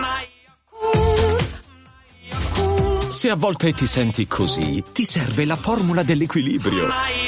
Se a volte ti senti così, ti serve la formula dell'equilibrio.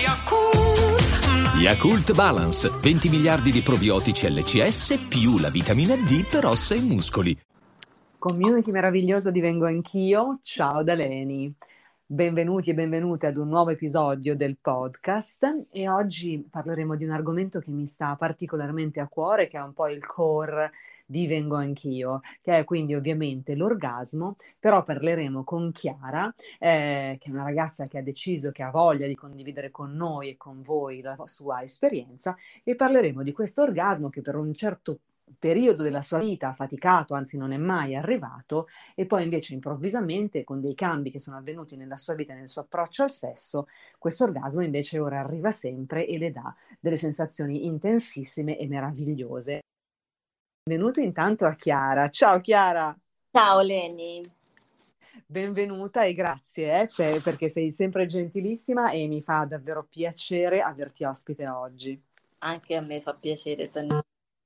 Yakult Balance, 20 miliardi di probiotici LCS più la vitamina D per ossa e muscoli. Community meravigliosa di Vengo Anch'io, ciao da Leni. Benvenuti e benvenute ad un nuovo episodio del podcast e oggi parleremo di un argomento che mi sta particolarmente a cuore, che è un po' il core di Vengo Anch'io, che è quindi ovviamente l'orgasmo, però parleremo con Chiara, che è una ragazza che ha deciso, che ha voglia di condividere con noi e con voi la sua esperienza, e parleremo di questo orgasmo che per un certo periodo della sua vita ha faticato, anzi non è mai arrivato, e poi invece improvvisamente con dei cambi che sono avvenuti nella sua vita e nel suo approccio al sesso, questo orgasmo invece ora arriva sempre e le dà delle sensazioni intensissime e meravigliose. Benvenuto intanto a Chiara. Ciao Chiara! Ciao Leni! Benvenuta e grazie perché sei sempre gentilissima e mi fa davvero piacere averti ospite oggi. Anche a me fa piacere tantissimo.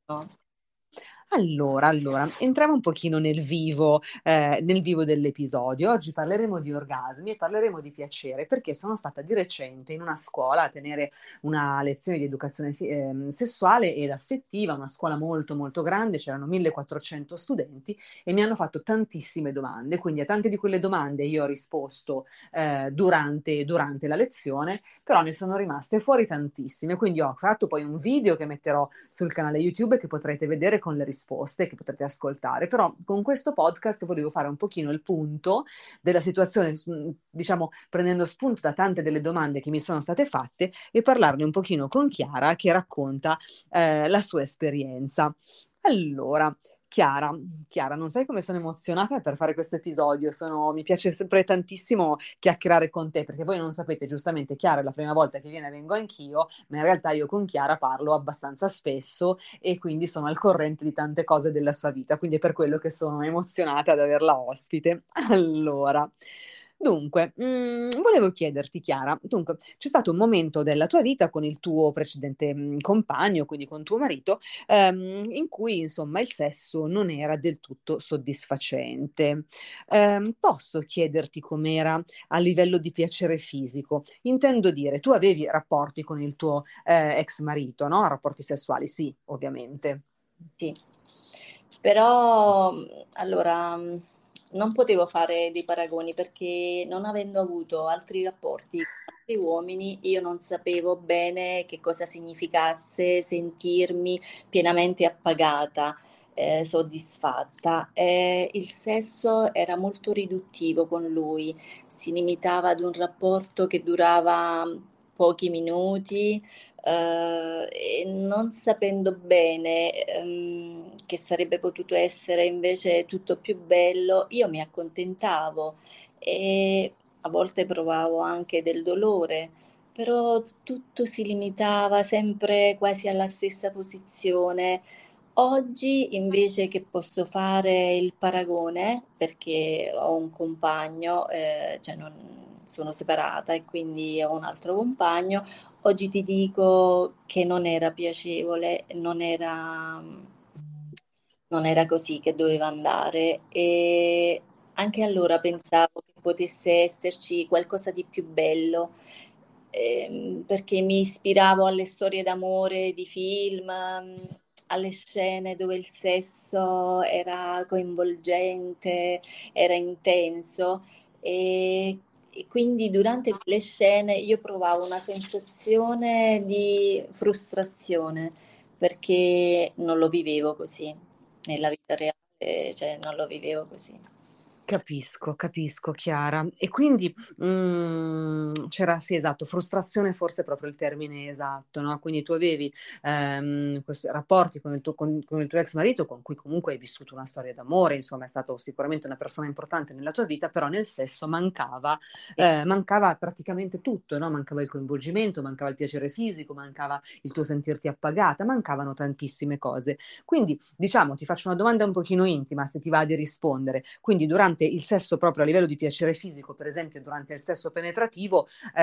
Allora, entriamo un pochino nel vivo dell'episodio. Oggi parleremo di orgasmi e parleremo di piacere, perché sono stata di recente in una scuola a tenere una lezione di educazione sessuale ed affettiva, una scuola molto molto grande, c'erano 1400 studenti e mi hanno fatto tantissime domande, quindi a tante di quelle domande io ho risposto durante la lezione, però ne sono rimaste fuori tantissime, quindi ho fatto poi un video che metterò sul canale YouTube che potrete vedere con le risposte che potrete ascoltare, però con questo podcast volevo fare un pochino il punto della situazione, diciamo prendendo spunto da tante delle domande che mi sono state fatte e parlarne un pochino con Chiara che racconta la sua esperienza. Allora, Chiara, non sai come sono emozionata per fare questo episodio, mi piace sempre tantissimo chiacchierare con te, perché voi non sapete, giustamente Chiara è la prima volta che viene a Vengo Anch'io, ma in realtà io con Chiara parlo abbastanza spesso e quindi sono al corrente di tante cose della sua vita, quindi è per quello che sono emozionata ad averla ospite. Allora, dunque, volevo chiederti Chiara, dunque c'è stato un momento della tua vita con il tuo precedente compagno, quindi con tuo marito, in cui insomma il sesso non era del tutto soddisfacente. Posso chiederti com'era a livello di piacere fisico? Intendo dire, tu avevi rapporti con il tuo ex marito, no? Rapporti sessuali, sì, ovviamente. Sì, però allora non potevo fare dei paragoni perché non avendo avuto altri rapporti con altri uomini, io non sapevo bene che cosa significasse sentirmi pienamente appagata, soddisfatta. Il sesso era molto riduttivo con lui, si limitava ad un rapporto che durava pochi minuti, e non sapendo bene che sarebbe potuto essere invece tutto più bello, io mi accontentavo e a volte provavo anche del dolore, però tutto si limitava sempre quasi alla stessa posizione. Oggi invece che posso fare il paragone, perché ho un compagno, cioè non sono separata e quindi ho un altro compagno, oggi ti dico che non era piacevole, non era così che doveva andare e anche allora pensavo che potesse esserci qualcosa di più bello, perché mi ispiravo alle storie d'amore di film, alle scene dove il sesso era coinvolgente, era intenso e quindi durante quelle scene io provavo una sensazione di frustrazione perché non lo vivevo così nella vita reale, cioè non lo vivevo così. Capisco, Chiara. E quindi c'era, sì, esatto, frustrazione forse è proprio il termine esatto, no? Quindi tu avevi questi rapporti con il tuo ex marito, con cui comunque hai vissuto una storia d'amore, insomma, è stato sicuramente una persona importante nella tua vita, però nel sesso mancava praticamente tutto, no? Mancava il coinvolgimento, mancava il piacere fisico, mancava il tuo sentirti appagata, mancavano tantissime cose. Quindi, diciamo, ti faccio una domanda un pochino intima, se ti va di rispondere. Quindi durante durante il sesso, proprio a livello di piacere fisico, per esempio durante il sesso penetrativo,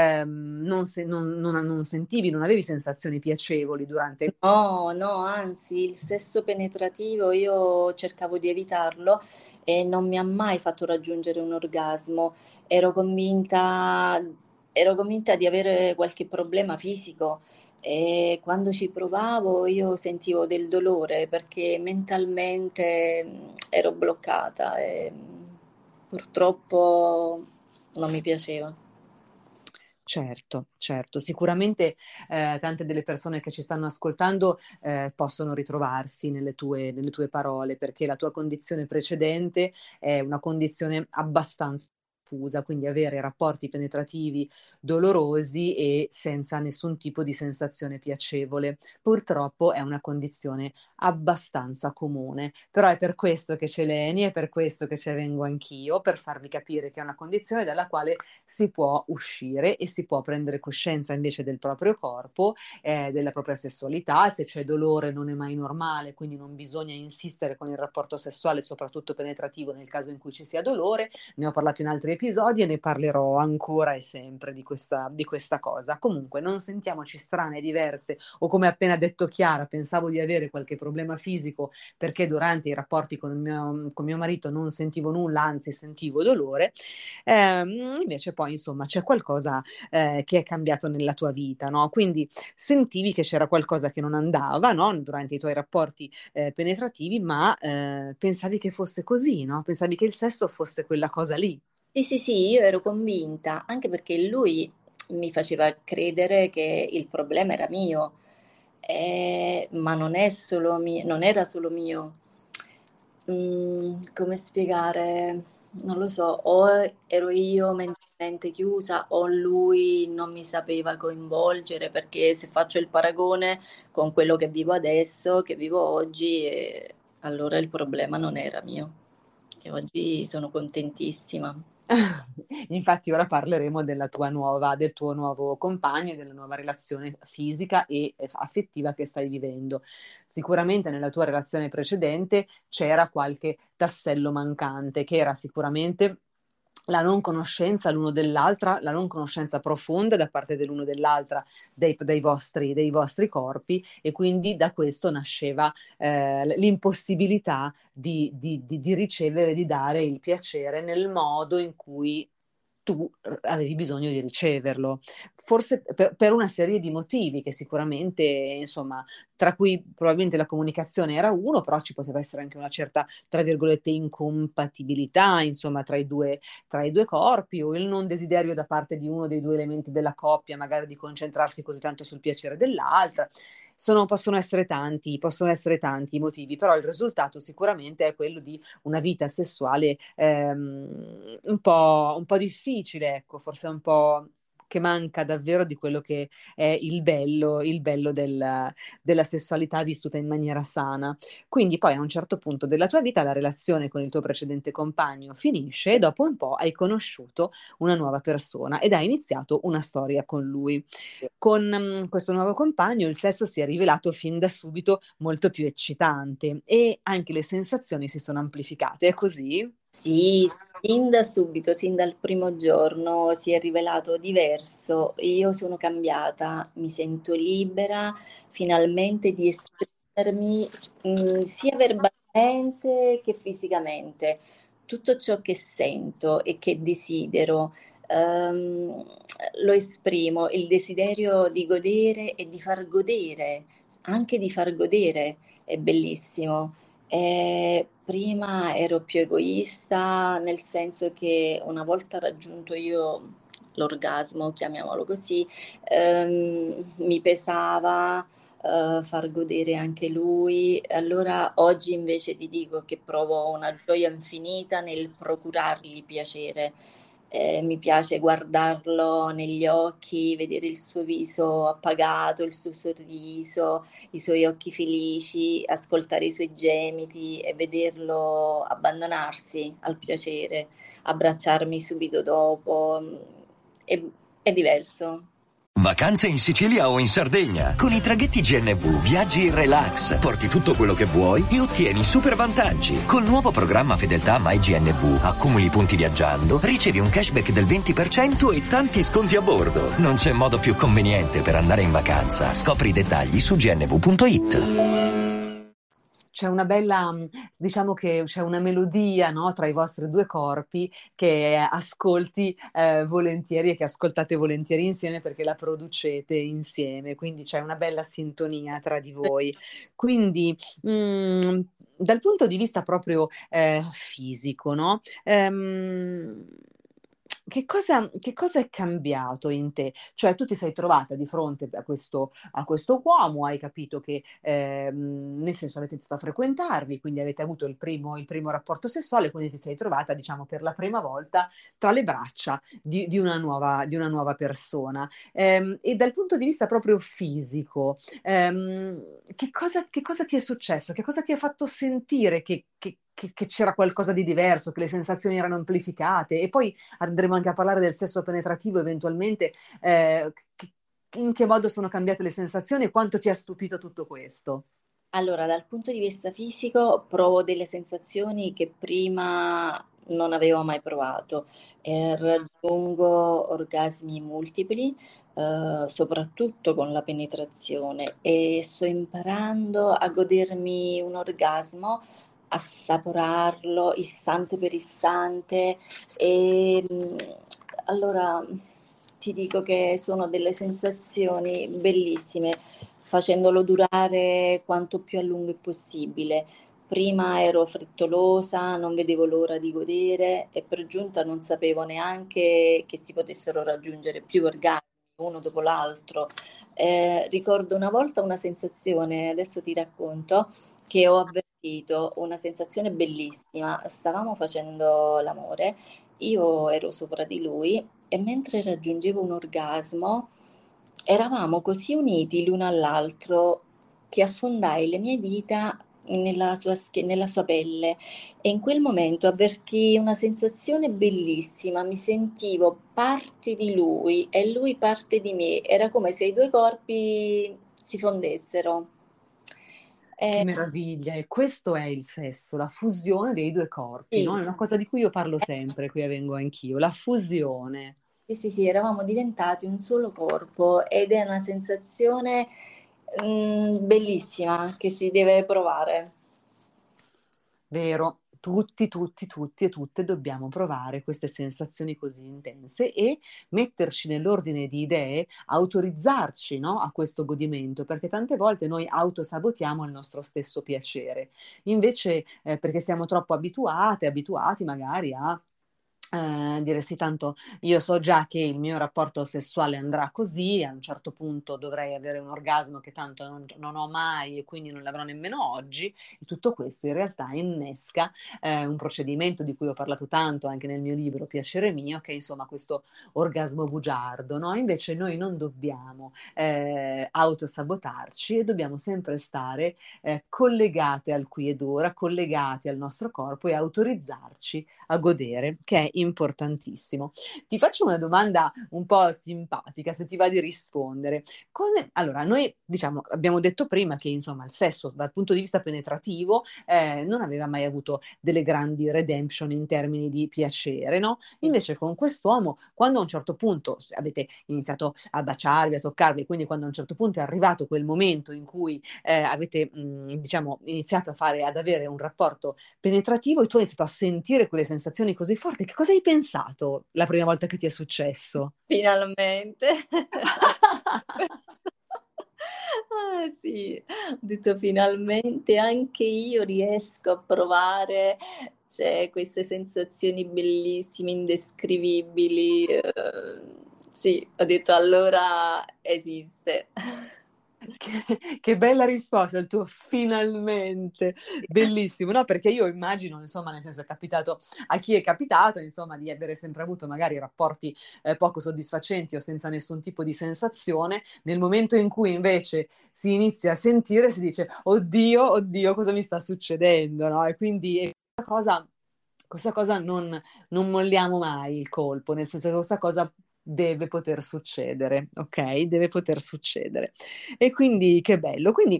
non sentivi, non avevi sensazioni piacevoli durante. No, no, anzi, il sesso penetrativo io cercavo di evitarlo e non mi ha mai fatto raggiungere un orgasmo. Ero convinta, ero convinta di avere qualche problema fisico e quando ci provavo io sentivo del dolore perché mentalmente ero bloccata e purtroppo non mi piaceva. Certo, certo, sicuramente tante delle persone che ci stanno ascoltando possono ritrovarsi nelle tue parole, perché la tua condizione precedente è una condizione abbastanza diffusa, quindi avere rapporti penetrativi dolorosi e senza nessun tipo di sensazione piacevole. Purtroppo è una condizione abbastanza comune, però è per questo che c'è Leni, è per questo che ci vengo anch'io, per farvi capire che è una condizione dalla quale si può uscire e si può prendere coscienza invece del proprio corpo, della propria sessualità. Se c'è dolore non è mai normale, quindi non bisogna insistere con il rapporto sessuale, soprattutto penetrativo, nel caso in cui ci sia dolore. Ne ho parlato in altri episodi e ne parlerò ancora e sempre di questa cosa. Comunque non sentiamoci strane, diverse o, come appena detto Chiara, pensavo di avere qualche problema fisico perché durante i rapporti con mio marito non sentivo nulla, anzi sentivo dolore. Invece poi insomma c'è qualcosa che è cambiato nella tua vita, no? Quindi sentivi che c'era qualcosa che non andava, no? Durante i tuoi rapporti penetrativi, ma pensavi che fosse così, no? Pensavi che il sesso fosse quella cosa lì. Sì, sì, sì, io ero convinta, anche perché lui mi faceva credere che il problema era mio, ma non è solo non era solo mio. Come spiegare? Non lo so, o ero io mentalmente chiusa o lui non mi sapeva coinvolgere, perché se faccio il paragone con quello che vivo adesso, che vivo oggi, allora il problema non era mio. E oggi sono contentissima. Infatti ora parleremo del tuo nuovo compagno e della nuova relazione fisica e affettiva che stai vivendo. Sicuramente nella tua relazione precedente c'era qualche tassello mancante, che era sicuramente la non conoscenza l'uno dell'altra, la non conoscenza profonda da parte dell'uno dell'altra dei vostri corpi, e quindi da questo nasceva l'impossibilità di ricevere, di dare il piacere nel modo in cui tu avevi bisogno di riceverlo, forse per una serie di motivi che sicuramente, insomma, tra cui probabilmente la comunicazione era uno, però ci poteva essere anche una certa, tra virgolette, incompatibilità, insomma, tra i due corpi, o il non desiderio da parte di uno dei due elementi della coppia, magari di concentrarsi così tanto sul piacere dell'altra. Possono essere tanti i motivi, però il risultato sicuramente è quello di una vita sessuale un po' difficile, ecco, forse un po' che manca davvero di quello che è il bello della sessualità vissuta in maniera sana. Quindi poi a un certo punto della tua vita la relazione con il tuo precedente compagno finisce e dopo un po' hai conosciuto una nuova persona ed hai iniziato una storia con lui. Con questo nuovo compagno il sesso si è rivelato fin da subito molto più eccitante e anche le sensazioni si sono amplificate. È così? Sì, sin da subito, sin dal primo giorno si è rivelato diverso. Io sono cambiata, mi sento libera finalmente di esprimermi, sia verbalmente che fisicamente. Tutto ciò che sento e che desidero, ehm, lo esprimo, il desiderio di godere e di far godere, anche di far godere è bellissimo. Prima ero più egoista, nel senso che una volta raggiunto io l'orgasmo, chiamiamolo così, mi pesava, far godere anche lui. Allora oggi invece ti dico che provo una gioia infinita nel procurargli piacere. Mi piace guardarlo negli occhi, vedere il suo viso appagato, il suo sorriso, i suoi occhi felici, ascoltare i suoi gemiti e vederlo abbandonarsi al piacere, abbracciarmi subito dopo. È, è diverso. Vacanze in Sicilia o in Sardegna. Con i traghetti GNV viaggi in relax, porti tutto quello che vuoi e ottieni super vantaggi. Col nuovo programma Fedeltà MyGNV accumuli punti viaggiando, ricevi un cashback del 20% e tanti sconti a bordo. Non c'è modo più conveniente per andare in vacanza. Scopri i dettagli su gnv.it. C'è una bella, diciamo che c'è una melodia, no, tra i vostri due corpi che ascolti volentieri e che ascoltate volentieri insieme perché la producete insieme, quindi c'è una bella sintonia tra di voi. Quindi, dal punto di vista proprio fisico, no? Che cosa è cambiato in te? Cioè, tu ti sei trovata di fronte a questo uomo, hai capito che, nel senso, avete iniziato a frequentarvi, quindi avete avuto il primo rapporto sessuale, quindi ti sei trovata, diciamo, per la prima volta tra le braccia di una nuova persona. E dal punto di vista proprio fisico, che cosa ti è successo? Che cosa ti ha fatto sentire che c'era qualcosa di diverso, che le sensazioni erano amplificate? E poi andremo anche a parlare del sesso penetrativo eventualmente, in che modo sono cambiate le sensazioni e quanto ti ha stupito tutto questo? Allora, dal punto di vista fisico, provo delle sensazioni che prima non avevo mai provato. Raggiungo orgasmi multipli, soprattutto con la penetrazione, e sto imparando a godermi un orgasmo, assaporarlo istante per istante. E allora ti dico che sono delle sensazioni bellissime, facendolo durare quanto più a lungo è possibile. Prima ero frettolosa, non vedevo l'ora di godere e per giunta non sapevo neanche che si potessero raggiungere più orgasmi uno dopo l'altro. Ricordo una volta una sensazione, adesso ti racconto, che ho avvertito, una sensazione bellissima. Stavamo facendo l'amore, io ero sopra di lui e mentre raggiungevo un orgasmo eravamo così uniti l'uno all'altro che affondai le mie dita nella sua pelle e in quel momento avvertii una sensazione bellissima, mi sentivo parte di lui e lui parte di me, era come se i due corpi si fondessero. Che Eh, meraviglia! E questo è il sesso, la fusione dei due corpi, no? sì, È una cosa di cui io parlo sempre, qui a Vengo Anch'io, la fusione. sì, sì, sì, eravamo diventati un solo corpo ed è una sensazione bellissima che si deve provare. Vero, tutti e tutte dobbiamo provare queste sensazioni così intense e metterci nell'ordine di idee, autorizzarci, no, a questo godimento, perché tante volte noi autosabotiamo il nostro stesso piacere, invece perché siamo troppo abituati magari a dire sì, tanto io so già che il mio rapporto sessuale andrà così, a un certo punto dovrei avere un orgasmo che tanto non ho mai e quindi non l'avrò nemmeno oggi, e tutto questo in realtà innesca un procedimento di cui ho parlato tanto anche nel mio libro Piacere mio, che è insomma questo orgasmo bugiardo, no? Invece noi non dobbiamo autosabotarci e dobbiamo sempre stare collegate al qui ed ora, collegati al nostro corpo e autorizzarci a godere, che è importantissimo. Ti faccio una domanda un po' simpatica, se ti va di rispondere. Allora, noi diciamo, abbiamo detto prima che insomma il sesso dal punto di vista penetrativo non aveva mai avuto delle grandi redemption in termini di piacere, no? Invece con quest'uomo, quando a un certo punto avete iniziato a baciarvi, a toccarvi, quindi quando a un certo punto è arrivato quel momento in cui avete diciamo iniziato ad avere un rapporto penetrativo e tu hai iniziato a sentire quelle sensazioni così forti, che cosa hai pensato la prima volta che ti è successo? Finalmente. Ah, sì, ho detto finalmente anche io riesco a provare, cioè, queste sensazioni bellissime, indescrivibili. Sì, ho detto allora esiste. Che bella risposta, il tuo finalmente, bellissimo, no? Perché io immagino, insomma, nel senso è capitato a chi è capitato, insomma, di avere sempre avuto magari rapporti poco soddisfacenti o senza nessun tipo di sensazione, nel momento in cui invece si inizia a sentire, si dice, oddio, oddio, cosa mi sta succedendo, no? E quindi questa cosa non molliamo mai il colpo, nel senso che questa cosa deve poter succedere, ok? Deve poter succedere. E quindi che bello. Quindi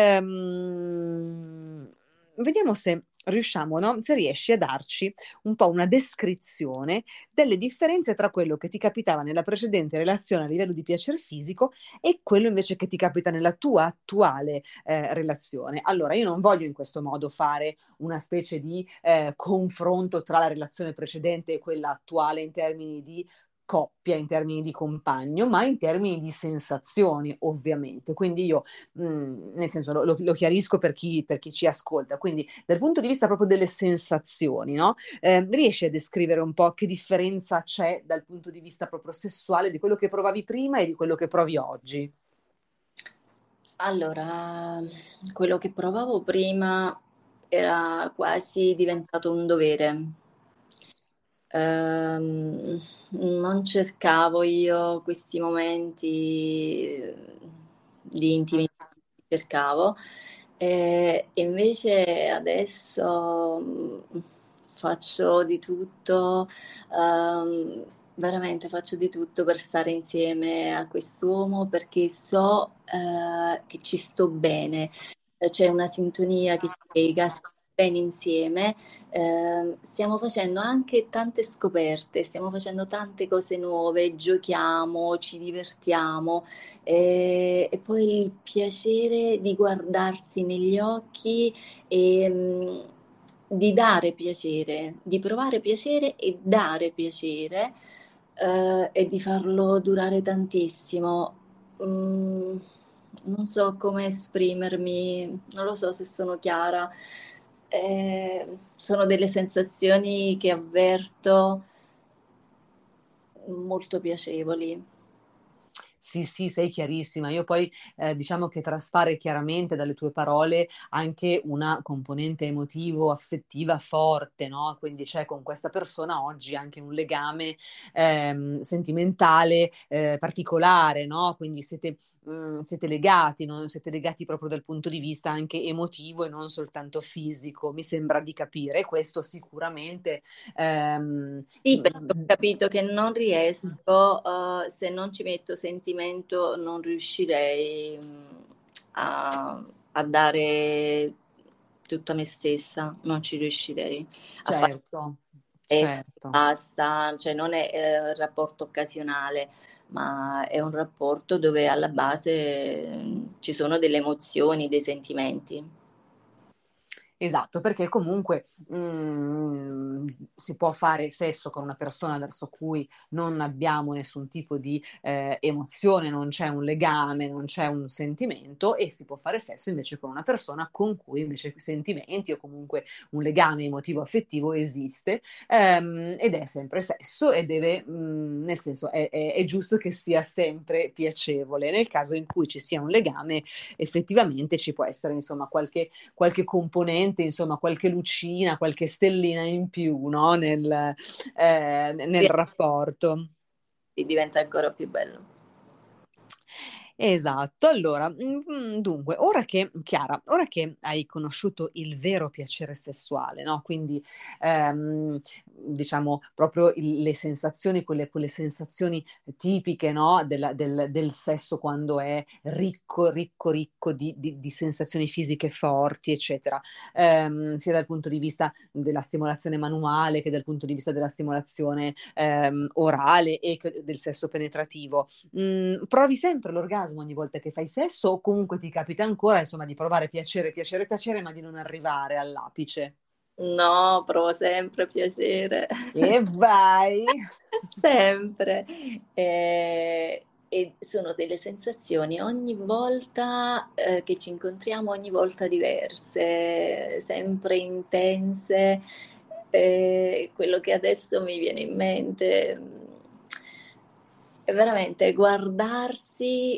vediamo se riusciamo, no? Se riesci a darci un po' una descrizione delle differenze tra quello che ti capitava nella precedente relazione a livello di piacere fisico e quello invece che ti capita nella tua attuale relazione. Allora, io non voglio in questo modo fare una specie di confronto tra la relazione precedente e quella attuale in termini di coppia, in termini di compagno, ma in termini di sensazioni, ovviamente. Quindi io, nel senso, lo chiarisco per chi ci ascolta. Quindi, dal punto di vista proprio delle sensazioni, no? Riesci a descrivere un po' che differenza c'è dal punto di vista proprio sessuale di quello che provavi prima e di quello che provi oggi? Allora, quello che provavo prima era quasi diventato un dovere. Non cercavo io questi momenti di intimità, cercavo, e invece adesso faccio di tutto, veramente faccio di tutto per stare insieme a quest'uomo perché so che ci sto bene, c'è una sintonia che ci lega, stiamo bene insieme. Stiamo facendo anche tante scoperte, stiamo facendo tante cose nuove, giochiamo, ci divertiamo, e poi il piacere di guardarsi negli occhi e di dare piacere, di provare piacere e dare piacere, e di farlo durare tantissimo. Mm, non so come esprimermi, non lo so se sono chiara. Sono delle sensazioni che avverto molto piacevoli. Sì, sì, sei chiarissima. Io poi diciamo che traspare chiaramente dalle tue parole anche una componente emotivo-affettiva forte, no? Quindi c'è con questa persona oggi anche un legame sentimentale particolare, no? Quindi siete legati, no? Siete legati proprio dal punto di vista anche emotivo e non soltanto fisico, mi sembra di capire. E questo sicuramente ehm, Sì, perché ho capito che non riesco, se non ci metto sentimento, non riuscirei a dare tutta me stessa, non ci riuscirei a fare certo, e certo. basta, cioè non è un rapporto occasionale, ma è un rapporto dove alla base ci sono delle emozioni, dei sentimenti. Esatto, perché comunque si può fare sesso con una persona verso cui non abbiamo nessun tipo di emozione, non c'è un legame, non c'è un sentimento e si può fare sesso invece con una persona con cui invece sentimenti o comunque un legame emotivo affettivo esiste ed è sempre sesso e deve, nel senso è giusto che sia sempre piacevole. Nel caso in cui ci sia un legame, effettivamente ci può essere insomma qualche componente, insomma, qualche lucina, qualche stellina in più, no? Nel rapporto. Diventa ancora più bello. Esatto, allora, dunque, Chiara, ora che hai conosciuto il vero piacere sessuale, no? Quindi, diciamo, proprio le sensazioni, quelle sensazioni tipiche, no? Del sesso quando è ricco, ricco, ricco di sensazioni fisiche forti, eccetera, sia dal punto di vista della stimolazione manuale che dal punto di vista della stimolazione orale e del sesso penetrativo. Provi sempre l'orgasmo ogni volta che fai sesso o comunque ti capita ancora, insomma, di provare piacere, piacere, piacere, ma di non arrivare all'apice? No, provo sempre piacere. E vai! Sempre. E sono delle sensazioni ogni volta che ci incontriamo, ogni volta diverse, sempre intense. Quello che adesso mi viene in mente è veramente guardarsi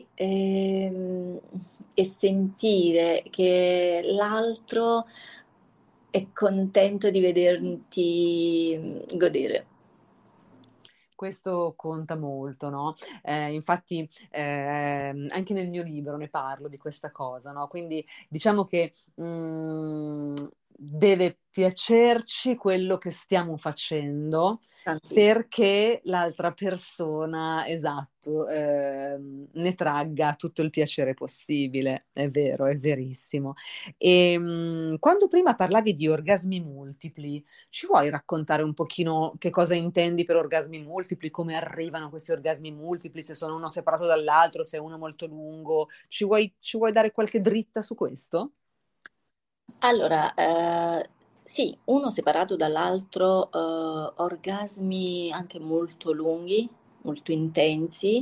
e sentire che l'altro è contento di vederti godere. Questo conta molto, no? Infatti, anche nel mio libro ne parlo di questa cosa, no? Quindi diciamo che deve piacerci quello che stiamo facendo Tantissimo. perché l'altra persona, esatto, ne tragga tutto il piacere possibile. È vero, è verissimo. E quando prima parlavi di orgasmi multipli, ci vuoi raccontare un pochino che cosa intendi per orgasmi multipli, come arrivano questi orgasmi multipli, se sono uno separato dall'altro, se è uno molto lungo? Ci vuoi dare qualche dritta su questo? Allora, sì, uno separato dall'altro, orgasmi anche molto lunghi, molto intensi,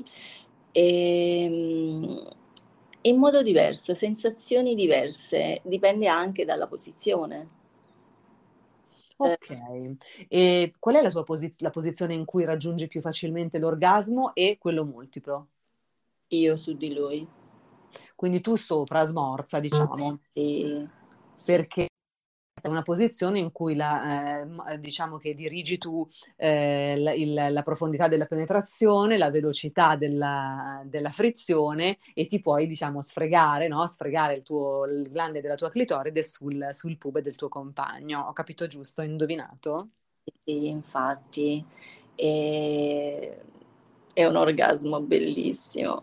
ehm, in modo diverso, sensazioni diverse, dipende anche dalla posizione. Eh, Ok, e qual è la la posizione in cui raggiungi più facilmente l'orgasmo e quello multiplo? io su di lui. Quindi tu sopra, smorza, diciamo, Sì, sì, perché è una posizione in cui diciamo che dirigi tu la profondità della penetrazione, la velocità della frizione e ti puoi, diciamo, sfregare, no? Sfregare il glande della tua clitoride sul pube del tuo compagno. Ho capito giusto? Ho indovinato? sì, infatti, e- è un orgasmo bellissimo.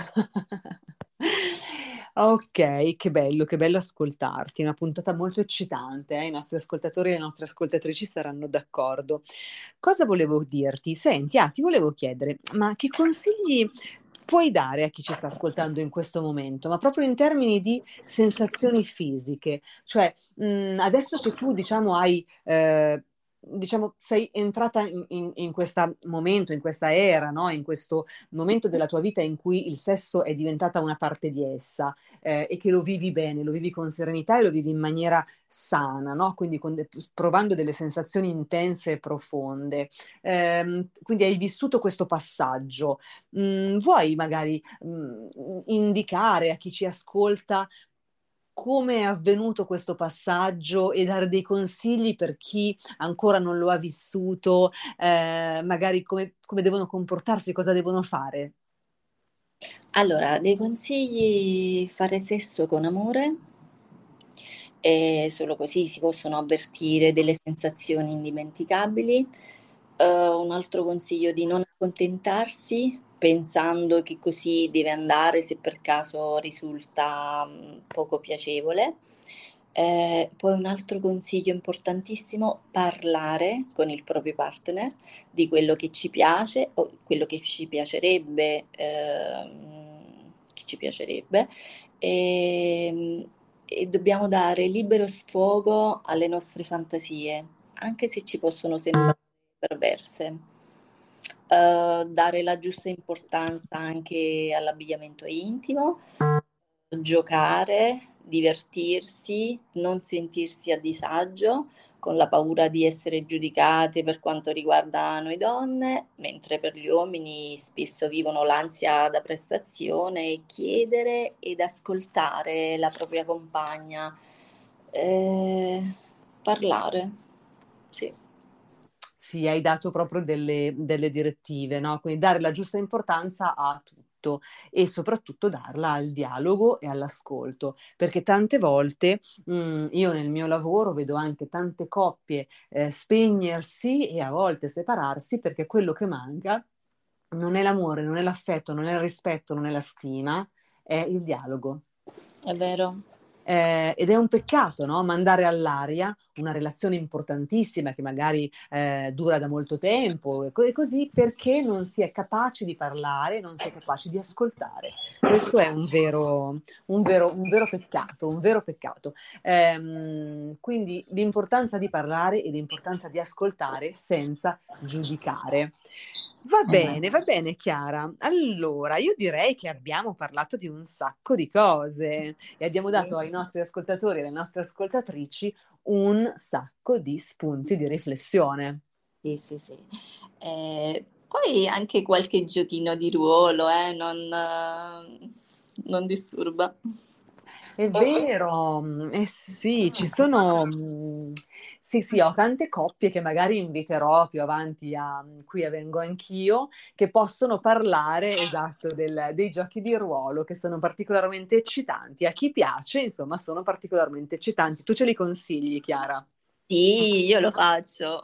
Ok, che bello ascoltarti, è una puntata molto eccitante, i nostri ascoltatori e le nostre ascoltatrici saranno d'accordo. Cosa volevo dirti? Senti, ti volevo chiedere, ma che consigli puoi dare a chi ci sta ascoltando in questo momento, ma proprio in termini di sensazioni fisiche? Cioè, adesso che tu, diciamo, diciamo, sei entrata in questo momento, in questa era, no? In questo momento della tua vita in cui il sesso è diventata una parte di essa, e che lo vivi bene, lo vivi con serenità e lo vivi in maniera sana, no? Quindi provando delle sensazioni intense e profonde. Quindi hai vissuto questo passaggio. Vuoi magari indicare a chi ci ascolta come è avvenuto questo passaggio e dare dei consigli per chi ancora non lo ha vissuto, magari come devono comportarsi, cosa devono fare? Allora, dei consigli: fare sesso con amore, e solo così si possono avvertire delle sensazioni indimenticabili. Un altro consiglio: di non accontentarsi pensando che così deve andare se per caso risulta poco piacevole. Poi un altro consiglio importantissimo: parlare con il proprio partner di quello che ci piace o quello che ci piacerebbe, e, e dobbiamo dare libero sfogo alle nostre fantasie, anche se ci possono sembrare perverse. Dare la giusta importanza anche all'abbigliamento intimo, giocare, divertirsi, non sentirsi a disagio con la paura di essere giudicate per quanto riguarda noi donne, mentre per gli uomini spesso vivono l'ansia da prestazione, e chiedere ed ascoltare la propria compagna. Parlare, sì. Sì, hai dato proprio delle direttive, no? Quindi dare la giusta importanza a tutto e soprattutto darla al dialogo e all'ascolto, perché tante volte io nel mio lavoro vedo anche tante coppie spegnersi e a volte separarsi perché quello che manca non è l'amore, non è l'affetto, non è il rispetto, non è la stima, è il dialogo. È vero. Ed è un peccato, no? Mandare all'aria una relazione importantissima che magari dura da molto tempo e così perché non si è capaci di parlare, non si è capaci di ascoltare. Questo è un vero peccato, un vero peccato. Quindi l'importanza di parlare e l'importanza di ascoltare senza giudicare. Va bene, Chiara. Allora, io direi che abbiamo parlato di un sacco di cose e abbiamo Sì, dato ai nostri ascoltatori e alle nostre ascoltatrici un sacco di spunti di riflessione. sì, sì, sì. Poi anche qualche giochino di ruolo, non disturba. È vero, eh sì, ci sono, sì, ho tante coppie che magari inviterò più avanti qui a Vengo Anch'io, che possono parlare, esatto, dei giochi di ruolo, che sono particolarmente eccitanti. A chi piace, insomma, sono particolarmente eccitanti. Tu ce li consigli, Chiara? Sì, io lo faccio.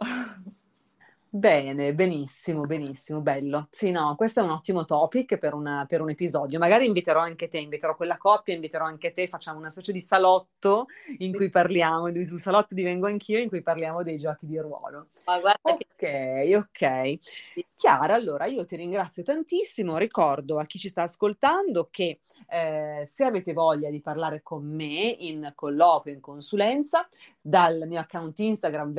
Bene, benissimo, bello. Sì, no, questo è un ottimo topic per un episodio. Magari inviterò anche te, inviterò quella coppia, inviterò anche te, facciamo una specie di salotto in cui parliamo, un salotto di Vengo Anch'io in cui parliamo dei giochi di ruolo. Ma guarda che Ok. Chiara, allora io ti ringrazio tantissimo, ricordo a chi ci sta ascoltando che se avete voglia di parlare con me in colloquio, in consulenza, dal mio account Instagram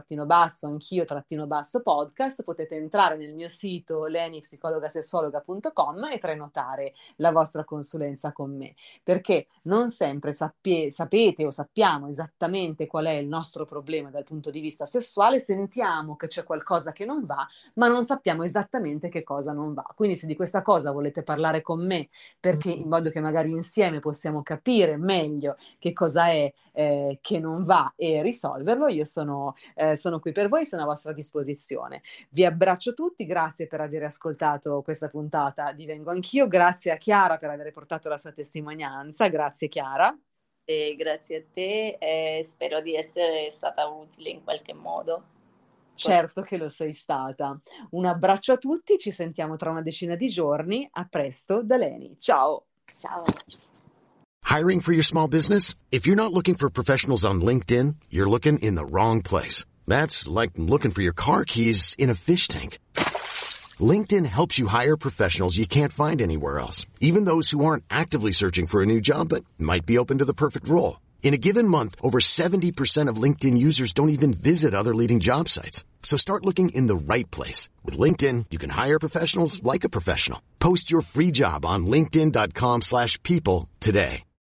vengo_anch'io_podcast, potete entrare nel mio sito lenipsicologasessuologa.com e prenotare la vostra consulenza con me, perché non sempre sapete o sappiamo esattamente qual è il nostro problema dal punto di vista sessuale, sentiamo che c'è qualcosa che non va, ma non sappiamo esattamente che cosa non va. Quindi se di questa cosa volete parlare con me, perché in modo che magari insieme possiamo capire meglio che cosa è che non va e risolverlo, io sono qui per voi, sono a vostra disposizione. Vi abbraccio tutti, grazie per aver ascoltato questa puntata di Vengo Anch'io, grazie a Chiara per aver portato la sua testimonianza, grazie Chiara. grazie a te e spero di essere stata utile in qualche modo. Certo che lo sei stata. Un abbraccio a tutti, ci sentiamo tra una decina di giorni. A presto da Leni. Ciao. Ciao. Hiring for your small business? If you're not looking for professionals on LinkedIn, you're looking in the wrong place. That's like looking for your car keys in a fish tank. LinkedIn helps you hire professionals you can't find anywhere else, even those who aren't actively searching for a new job but might be open to the perfect role. In a given month, over 70% of LinkedIn users don't even visit other leading job sites. So start looking in the right place. With LinkedIn, you can hire professionals like a professional. Post your free job on linkedin.com/people today.